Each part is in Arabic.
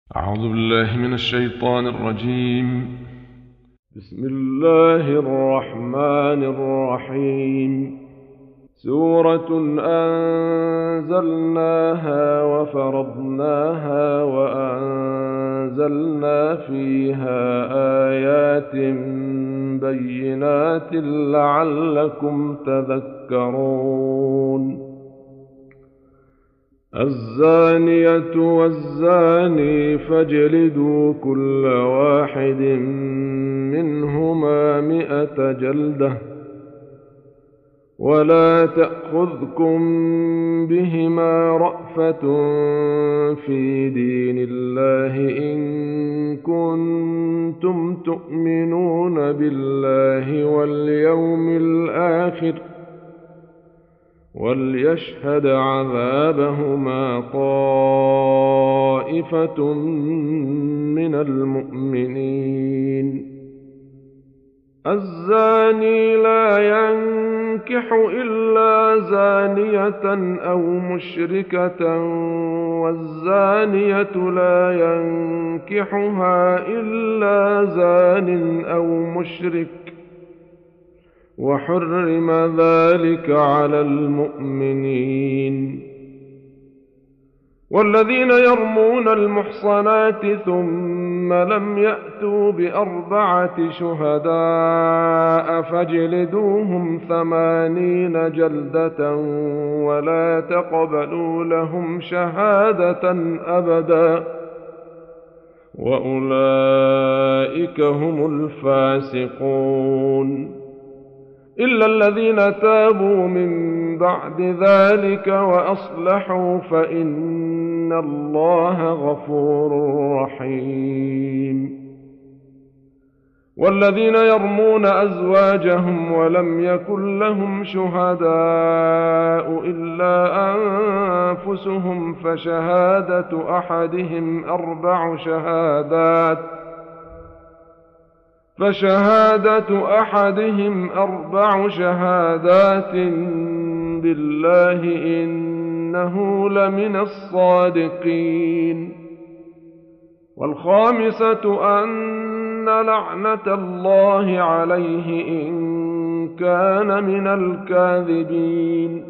أعوذ بالله من الشيطان الرجيم. بسم الله الرحمن الرحيم. سورة أنزلناها وفرضناها وأنزلنا فيها آيات بينات لعلكم تذكرون. الزانية والزاني فاجلدوا كل واحد منهما 100 جلدة، ولا تأخذكم بهما رأفة في دين الله إن كنتم تؤمنون بالله واليوم الآخر، وليشهد عذابهما طائفة من المؤمنين. الزاني لا ينكح إلا زانية أو مشركة، والزانية لا ينكحها إلا زان أو مشرك، وحرم ذلك على المؤمنين. والذين يرمون المحصنات ثم لم يأتوا ب4 شهداء فاجلدوهم 80 جلدة، ولا تقبلوا لهم شهادة أبدا، وأولئك هم الفاسقون، إلا الذين تابوا من بعد ذلك وأصلحوا فإن الله غفور رحيم. والذين يرمون أزواجهم ولم يكن لهم شهداء إلا أنفسهم فشهادة أحدهم 4 شهادات بالله إنه لمن الصادقين. والخامسة أن لعنة الله عليه إن كان من الكاذبين،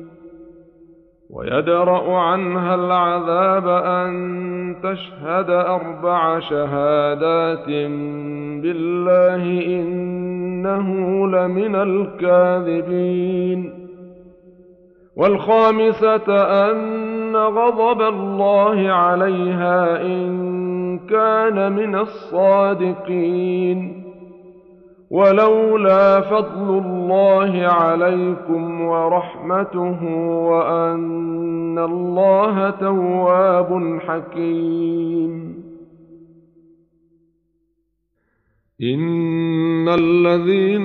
ويدرأ عنها العذاب أن تشهد 4 شهادات بالله إنه لمن الكاذبين. والخامسة أن غضب الله عليها إن كان من الصادقين. ولولا فضل الله عليكم ورحمته وأن الله تواب حكيم. إن الذين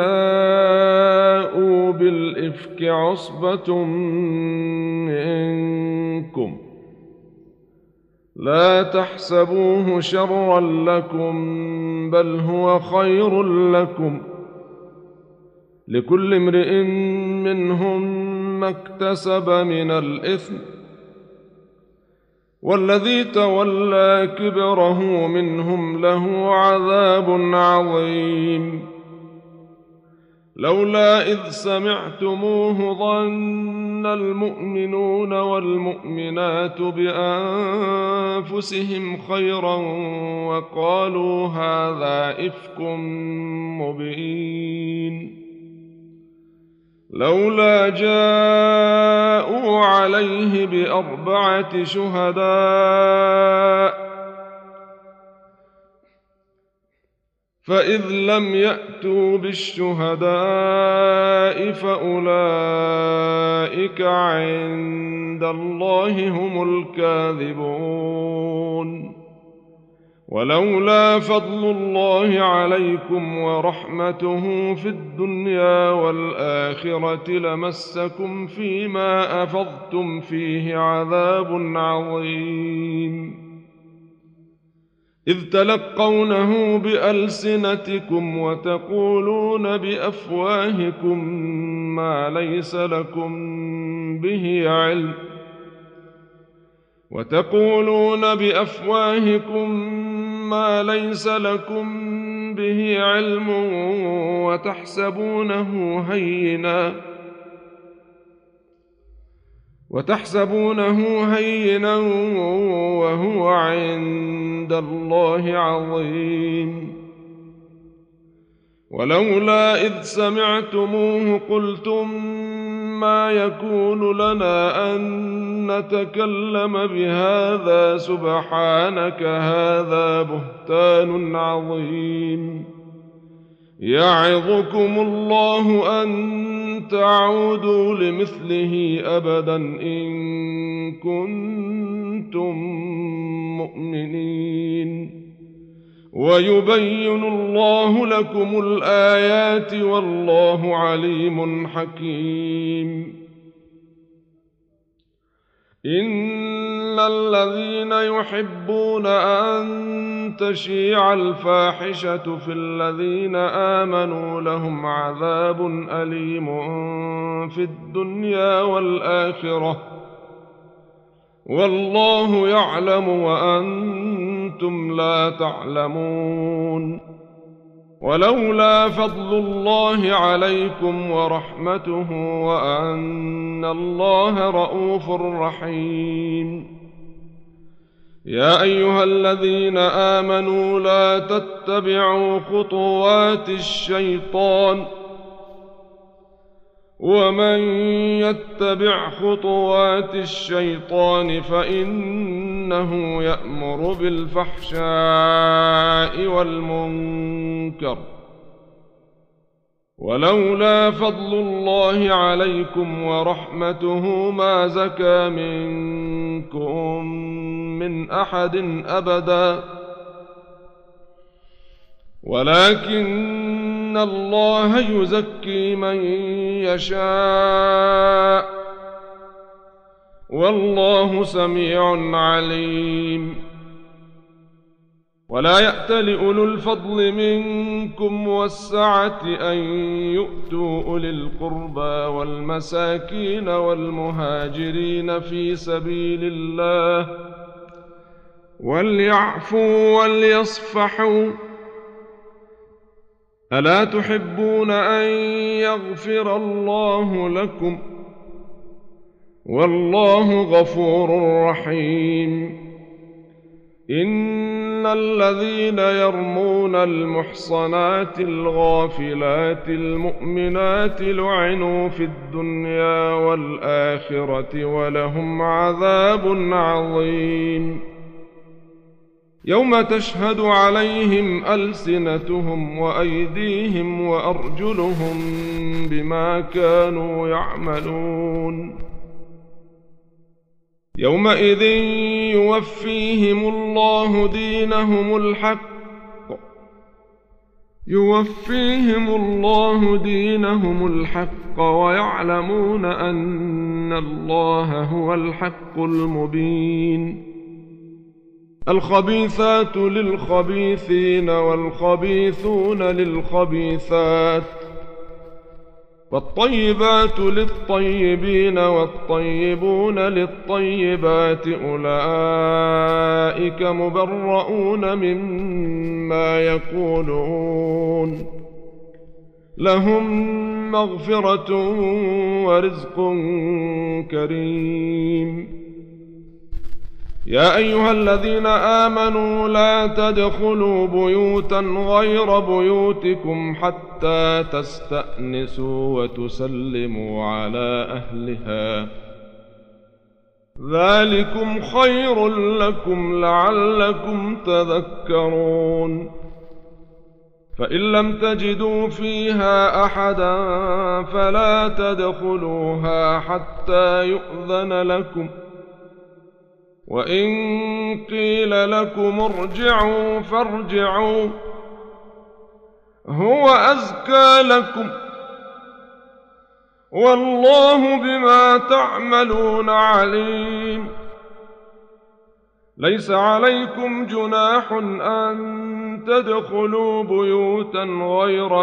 جاءوا بالإفك عصبة منكم لا تحسبوه شرا لكم بل هو خير لكم، لكل امرئ منهم ما اكتسب من الإثم، والذي تولى كبره منهم له عذاب عظيم. لولا إذ سمعتموه ظن المؤمنون والمؤمنات بأنفسهم خيرا وقالوا هذا إفك مبين. لولا جاءوا عليه ب4 شهداء فإذ لم يأتوا بالشهداء فأولئك عند الله هم الكاذبون. ولولا فضل الله عليكم ورحمته في الدنيا والآخرة لمسكم فيما أفضتم فيه عذاب عظيم، إذ تلقونه بألسنتكم وتقولون بأفواهكم ما ليس لكم به علم، وتقولون بأفواهكم ما ليس لكم به علم وتحسبونه هينا وهو عند الله عظيم. ولولا إذ سمعتموه قلتم ما يكون لنا أن نتكلم بهذا سبحانك هذا بهتان عظيم. يعظكم الله أن تعودوا لمثله أبدا إن كنتم مؤمنين. ويبين الله لكم الآيات والله عليم حكيم. إن الذين يحبون أن تشيع الفاحشة في الذين آمنوا لهم عذاب أليم في الدنيا والآخرة والله يعلم وأنتم لا تعلمون. ولولا فضل الله عليكم ورحمته وأن الله رءوف رحيم. يا أيها الذين آمنوا لا تتبعوا خطوات الشيطان ومن يتبع خطوات الشيطان فإنه يأمر بالفحشاء والمنكر. ولولا فضل الله عليكم ورحمته ما زكى منكم من أحد أبدا ولكن الله يزكي من يشاء والله سميع عليم. ولا يأتل أولو الفضل منكم والسعة أن يؤتوا أولي القربى والمساكين والمهاجرين في سبيل الله وليعفوا وليصفحوا. ألا تحبون أن يغفر الله لكم والله غفور رحيم. إن الذين يرمون المحصنات الغافلات المؤمنات لعنوا في الدنيا والآخرة ولهم عذاب عظيم. يوم تشهد عليهم ألسنتهم وأيديهم وأرجلهم بما كانوا يعملون. يومئذ يوفيهم الله دينهم الحق ويعلمون أن الله هو الحق المبين. الخبيثات للخبيثين والخبيثون للخبيثات والطيبات للطيبين والطيبون للطيبات أولئك مبرؤون مما يقولون لهم مغفرة ورزق كريم. يا أيها الذين آمنوا لا تدخلوا بيوتا غير بيوتكم حتى تستأنسوا وتسلموا على أهلها ذلكم خير لكم لعلكم تذكرون. فإن لم تجدوا فيها أحدا فلا تدخلوها حتى يؤذن لكم وإن قيل لكم ارجعوا فارجعوا هو أزكى لكم والله بما تعملون عليم. ليس عليكم جناح أن تدخلوا بيوتا غير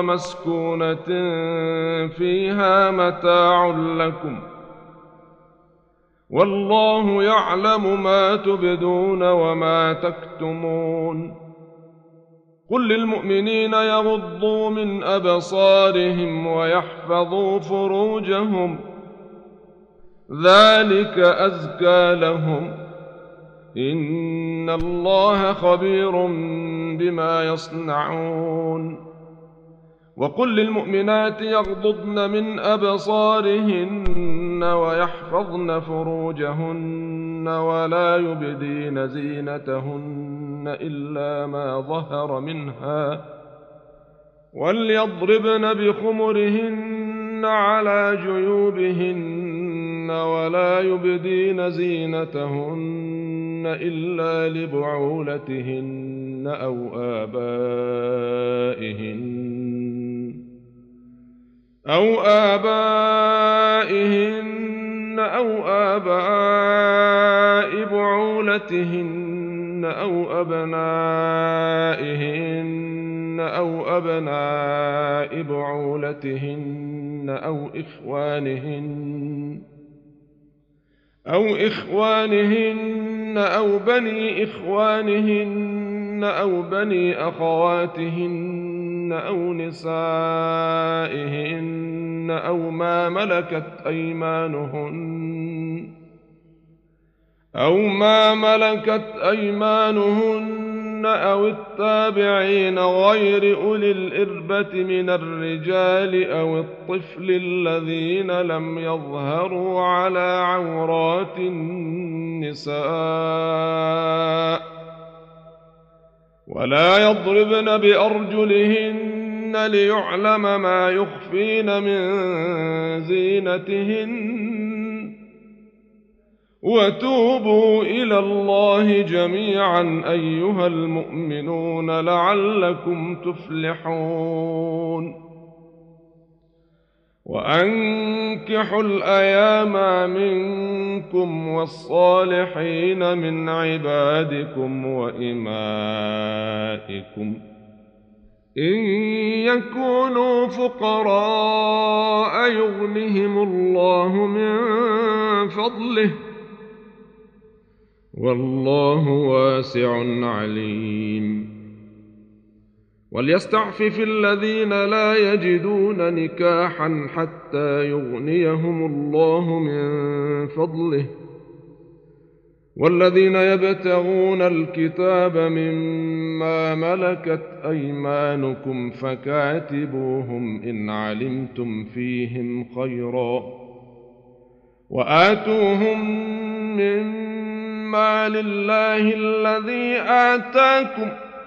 مسكونة فيها متاع لكم والله يعلم ما تبدون وما تكتمون قل للمؤمنين يغضوا من أبصارهم ويحفظوا فروجهم ذلك أزكى لهم إن الله خبير بما يصنعون وقل للمؤمنات يغضضن من أبصارهن ويحفظن فروجهن ولا يبدين زينتهن إلا ما ظهر منها وليضربن بخمرهن على جيوبهن ولا يبدين زينتهن إلا لبعولتهن أو آبائهن أو آباء بعولتهن أو أبنائهن أو أبناء بعولتهن أو إخوانهن أو بني إخوانهن أو بني أخواتهن أو نسائهن أو ما ملكت أيمانهن أو التابعين غير أولي الإربة من الرجال أو الطفل الذين لم يظهروا على عورات النساء ولا يضربن بأرجلهن ليعلم ما يخفين من زينتهن وتوبوا إلى الله جميعا أيها المؤمنون لعلكم تفلحون وأنكحوا الأيام منكم والصالحين من عبادكم وإمائكم إن يكونوا فقراء يغنهم الله من فضله والله واسع عليم وليستعفف الذين لا يجدون نكاحا حتى يغنيهم الله من فضله والذين يبتغون الكتاب مما ملكت أيمانكم فكاتبوهم إن علمتم فيهم خيرا وآتوهم مما لله الذي آتاكم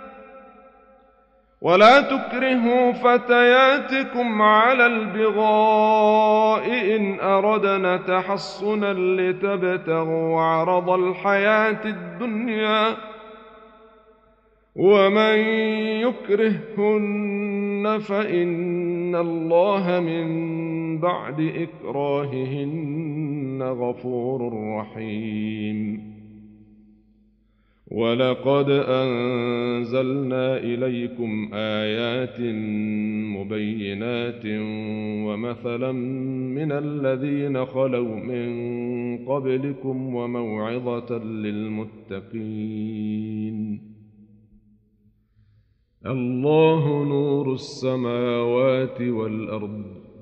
ولا تكرهوا فتياتكم على البغاء إن أردنا تحصنا لتبتغوا عرض الحياة الدنيا ومن يكرهن فإن الله من بعد إكراههن غفور رحيم ولقد أنزلنا إليكم آيات مبينات ومثلا من الذين خلوا من قبلكم وموعظة للمتقين الله نور السماوات والأرض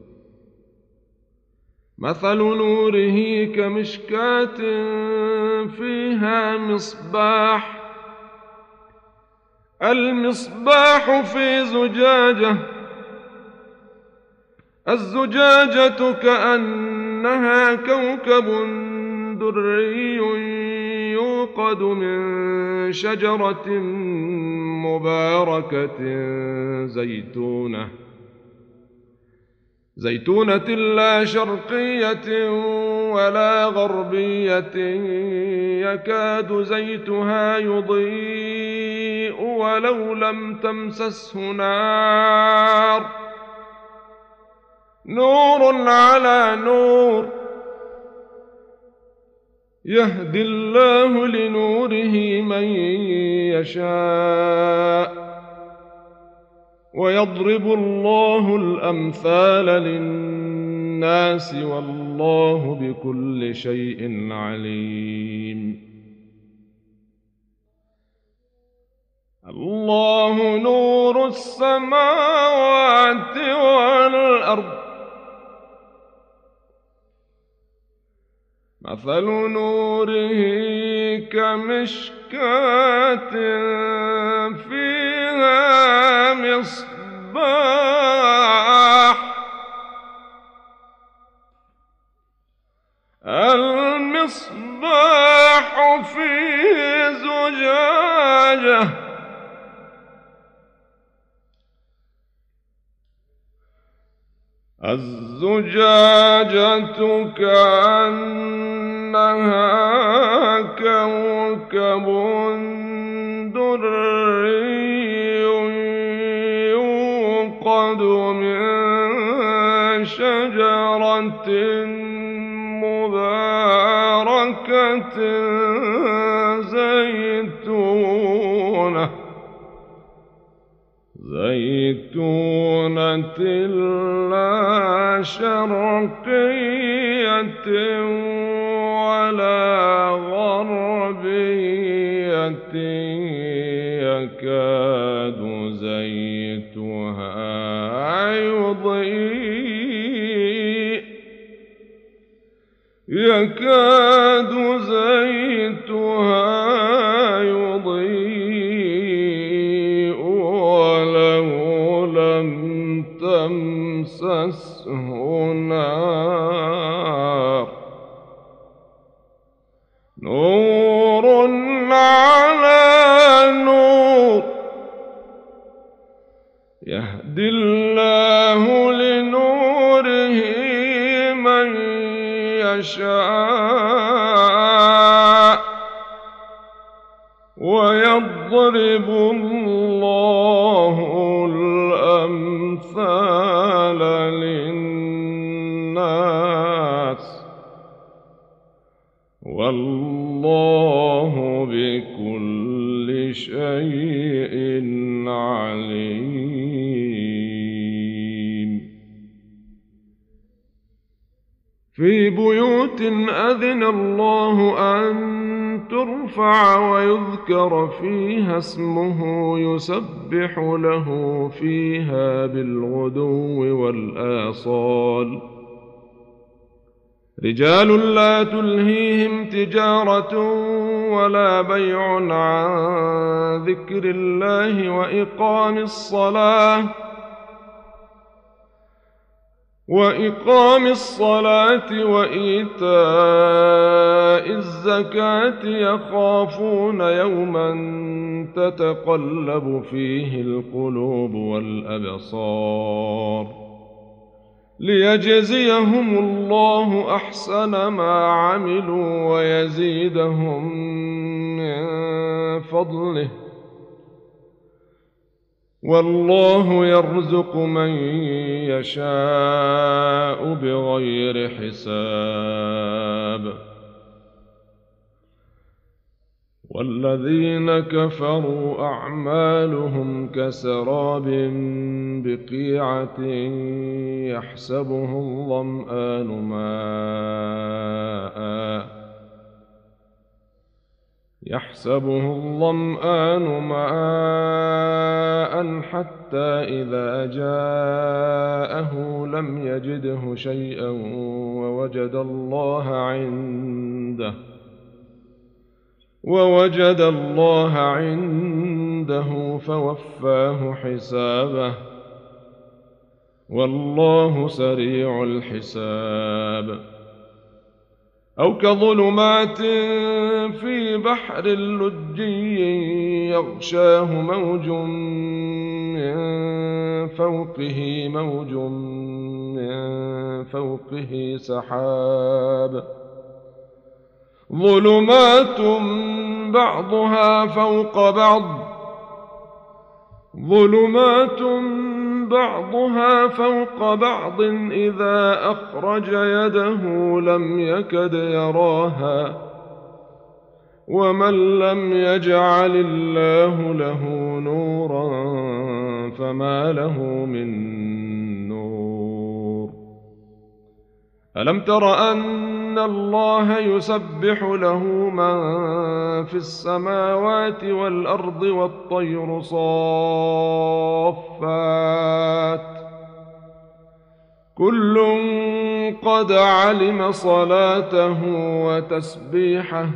مثل نوره كمشكاة فيها مصباح المصباح في زجاجة الزجاجة كأنها كوكب دري يوقد من شجرة مباركة زيتونة لا شرقية ولا غربية يكاد زيتها يضيء ولو لم تمسسه نار نور على نور يهدي الله لنوره من يشاء ويضرب الله الأمثال للناس والله والله بكل شيء عليم. الله نور السماوات والأرض، مثل نوره كمشكاة فيها مصباح، المصباح في زجاجة، الزجاجة كأنها كوكب دري يوقد من شجرة مباركة زيتونة لا شرقية ولا غربية يكاد زيتها يضيء ولو لم تمسسه نار، نور على نور، يهدي الله لنوره من يشاء ويضرب الله الأمثال للناس والله بكل شيء عليم. في بيوت أذن الله أن ترفع ويذكر فيها اسمه يسبح له فيها بالغدو والآصال، رجال لا تلهيهم تجارة ولا بيع عن ذكر الله وإقام الصلاة وإيتاء الزكاة يخافون يوما تتقلب فيه القلوب والأبصار، ليجزيهم الله أحسن ما عملوا ويزيدهم من فضله، والله يرزق من يشاء بغير حساب. والذين كفروا أعمالهم كسراب بقيعة يحسبه الظمآن ماء حتى إذا جاءه لم يجده شيئا ووجد الله عنده فوفاه حسابه، والله سريع الحساب. أو كظلمات في بحر لجي يغشاه موج من فوقه سحاب، ظلمات بعضها فوق بعض إذا أخرج يده لم يكد يراها، ومن لم يجعل الله له نورا فما له من نور. ألم تر أن الله يسبح له من في السماوات والأرض والطير صافات كل قد علم صلاته وتسبيحه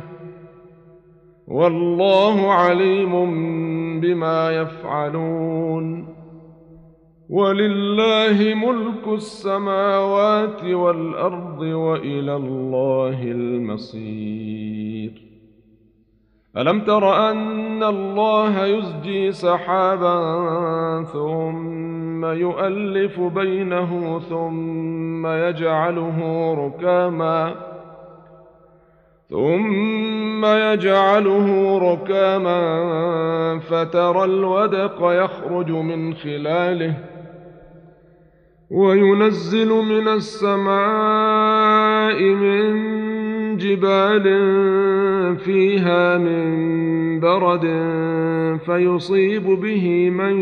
والله عليم بما يفعلون ولله ملك السماوات والأرض وإلى الله المصير ألم تر أن الله يزجي سحابا ثم يؤلف بينه ثم يجعله ركاما فترى الودق يخرج من خلاله وينزل من السماء من جبال فيها من برد فيصيب به من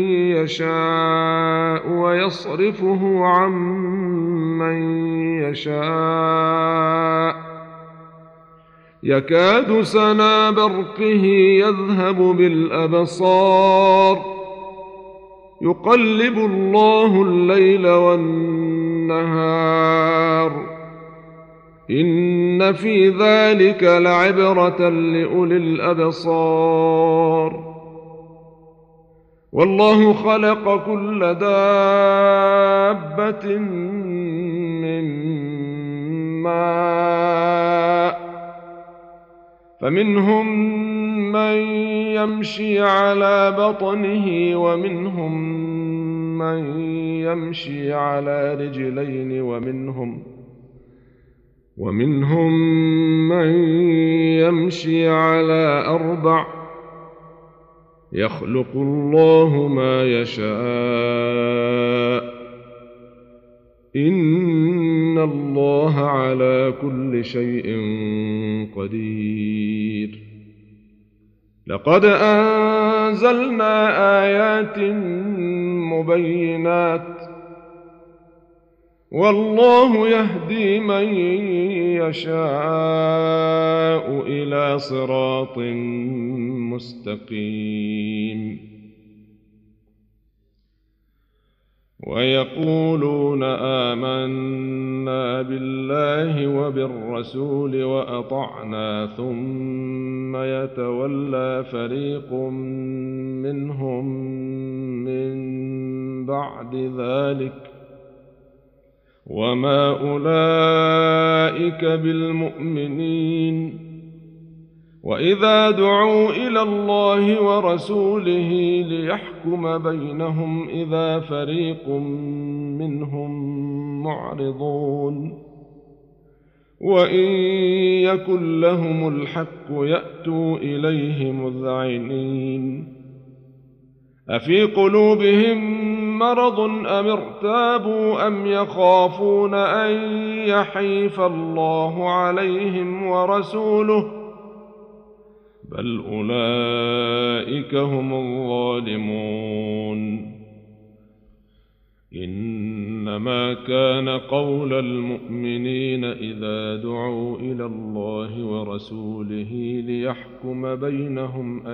يشاء ويصرفه عن من يشاء يكاد سنا برقه يذهب بالأبصار يقلب الله الليل والنهار إن في ذلك لعبرة لأولي الأبصار والله خلق كل دابة من ماء فمنهم من يمشي على بطنه ومنهم من يمشي على رجلين ومنهم من يمشي على أربع يخلق الله ما يشاء إن الله على كل شيء قدير لقد أنزلنا آيات مبينات والله يهدي من يشاء إلى صراط مستقيم ويقولون آمنا بالله وبالرسول وأطعنا ثم يتولى فريق منهم من بعد ذلك وما أولئك بالمؤمنين وإذا دعوا إلى الله ورسوله ليحكم بينهم إذا فريق منهم معرضون وإن يكن لهم الحق يأتوا إليه مذعنين أفي قلوبهم مرض أم ارتابوا أم يخافون أن يحيف الله عليهم ورسوله بل أولئك هم الظالمون إنما كان قول المؤمنين إذا دعوا إلى الله ورسوله ليحكم بينهم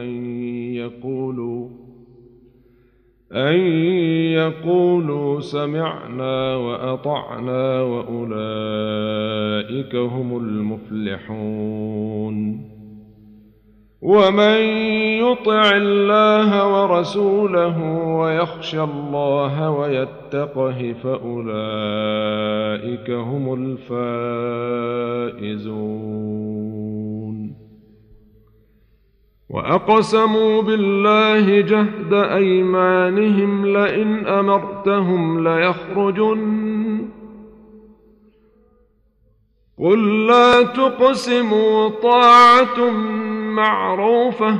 أن يقولوا سمعنا وأطعنا وأولئك هم المفلحون ومن يطع الله ورسوله ويخشى الله ويتقه فأولئك هم الفائزون وأقسموا بالله جهد أيمانهم لئن أمرتهم ليخرجن قل لا تقسموا طاعة معروفة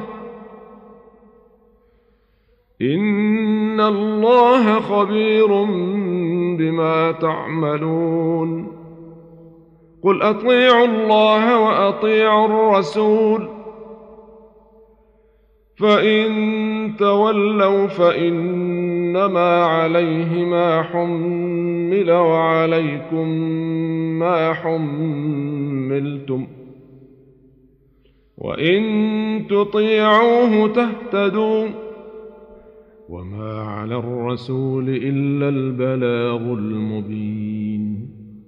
إن الله خبير بما تعملون قل أطيعوا الله وأطيعوا الرسول فإن تولوا فإنما عليه ما حمل وعليكم ما حملتم وإن تطيعوه تهتدوا وما على الرسول إلا البلاغ المبين.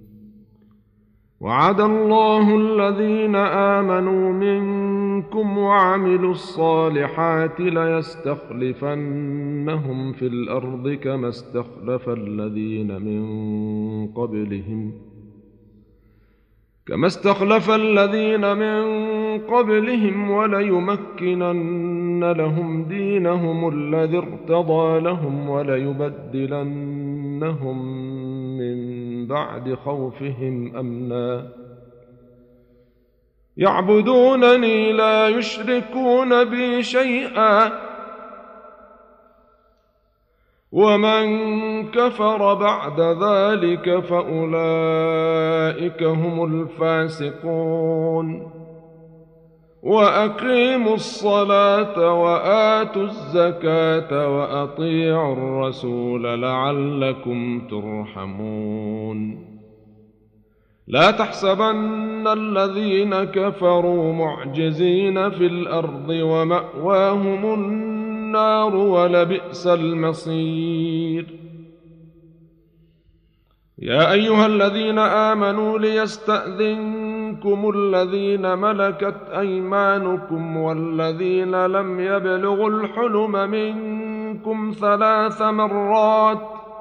وعد الله الذين آمنوا منكم وعملوا الصالحات ليستخلفنهم في الأرض كما استخلف الذين من قبلهم وليمكنن لهم دينهم الذي ارتضى لهم وليبدلنهم من بعد خوفهم أمنا يعبدونني لا يشركون بي شيئا ومن كفر بعد ذلك فأولئك هم الفاسقون. وأقيموا الصلاة وآتوا الزكاة وأطيعوا الرسول لعلكم ترحمون. لا تحسبن الذين كفروا معجزين في الأرض ومأواهم النار ولبئس المصير. يا أيها الذين آمنوا ليستأذنكم الذين ملكت أيمانكم والذين لم يبلغوا الحلم منكم 3 مرات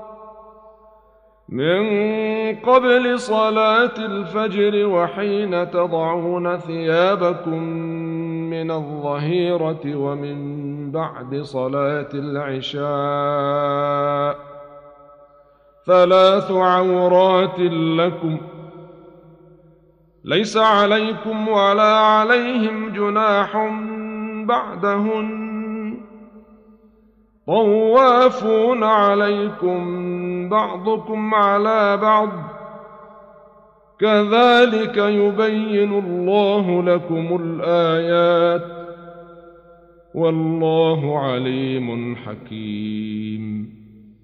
من قبل صلاة الفجر وحين تضعون ثيابكم من الظهيرة ومن بعد صلاة العشاء 3 عورات لكم ليس عليكم ولا عليهم جناح بعدهن طوافون عليكم بعضكم على بعض كذلك يبين الله لكم الآيات والله عليم حكيم.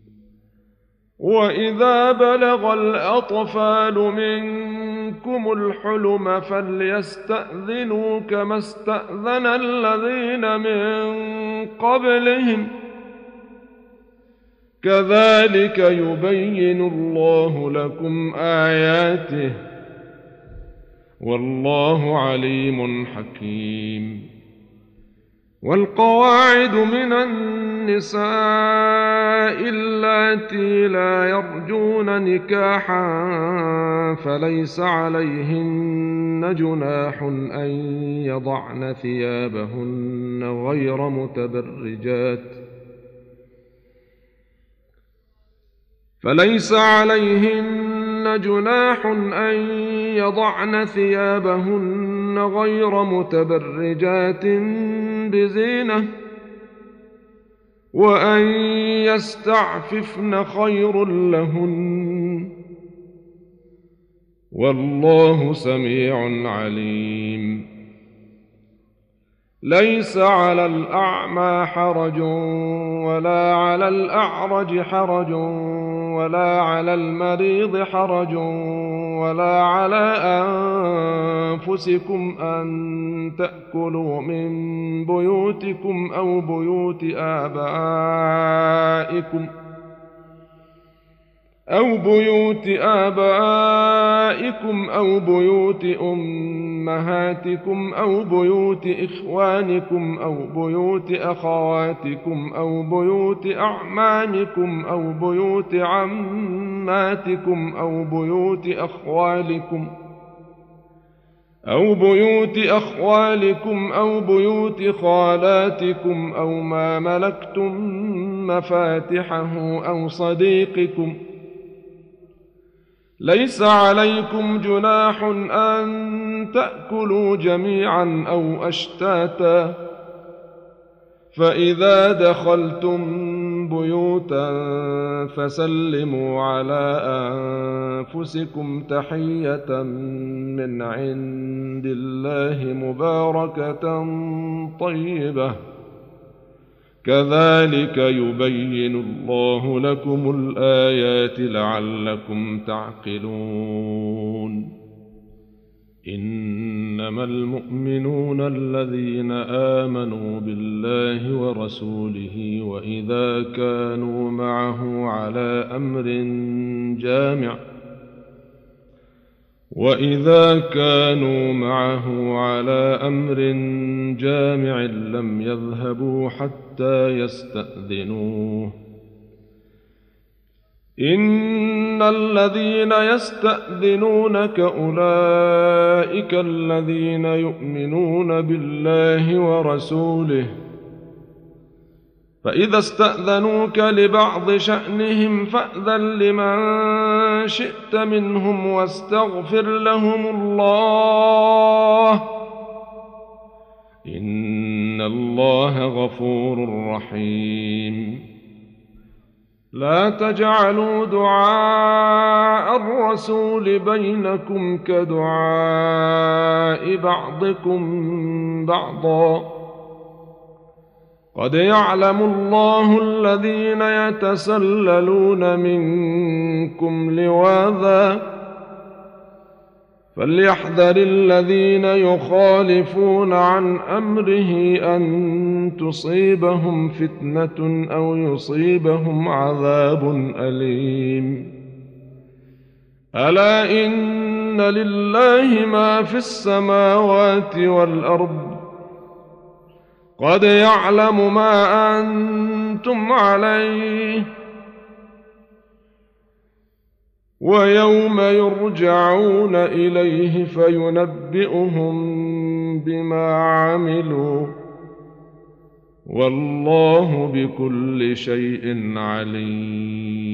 وإذا بلغ الأطفال منكم الحلم فليستأذنوا كما استأذن الذين من قبلهم كذلك يبين الله لكم آياته والله عليم حكيم. والقواعد من النساء اللاتي لا يرجون نكاحا فليس عليهن جناح أن يضعن ثيابهن غير متبرجات بزينة وأن يستعففن خير لهن والله سميع عليم. ليس على الأعمى حرج ولا على الأعرج حرج ولا على المريض حرج ولا على أنفسكم أن تأكلوا من بيوتكم أو بيوت آبائكم أو بيوت أمهاتكم أو بيوت إخوانكم أو بيوت أخواتكم أو بيوت أعمامكم أو بيوت عماتكم أو بيوت أخوالكم أو بيوت خالاتكم أو ما ملكتم مفاتحه أو صديقكم. ليس عليكم جناح أن تأكلوا جميعا أو أشتاتا فإذا دخلتم بيوتا فسلموا على أنفسكم تحية من عند الله مباركة طيبة كذلك يبين الله لكم الآيات لعلكم تعقلون إنما المؤمنون الذين آمنوا بالله ورسوله وإذا كانوا معه على أمر جامع لم يذهبوا حتى يستأذنوه إن الذين يستأذنونك أولئك الذين يؤمنون بالله ورسوله فإذا استأذنوك لبعض شأنهم فأذن لمن شئت منهم واستغفر لهم الله إن الله غفور رحيم لا تجعلوا دعاء الرسول بينكم كدعاء بعضكم بعضا قد يعلم الله الذين يتسللون منكم لواذا فليحذر الذين يخالفون عن أمره أن تصيبهم فتنة أو يصيبهم عذاب أليم ألا إن لله ما في السماوات والأرض قد يعلم ما أنتم عليه ويوم يرجعون إليه فينبئهم بما عملوا والله بكل شيء عليم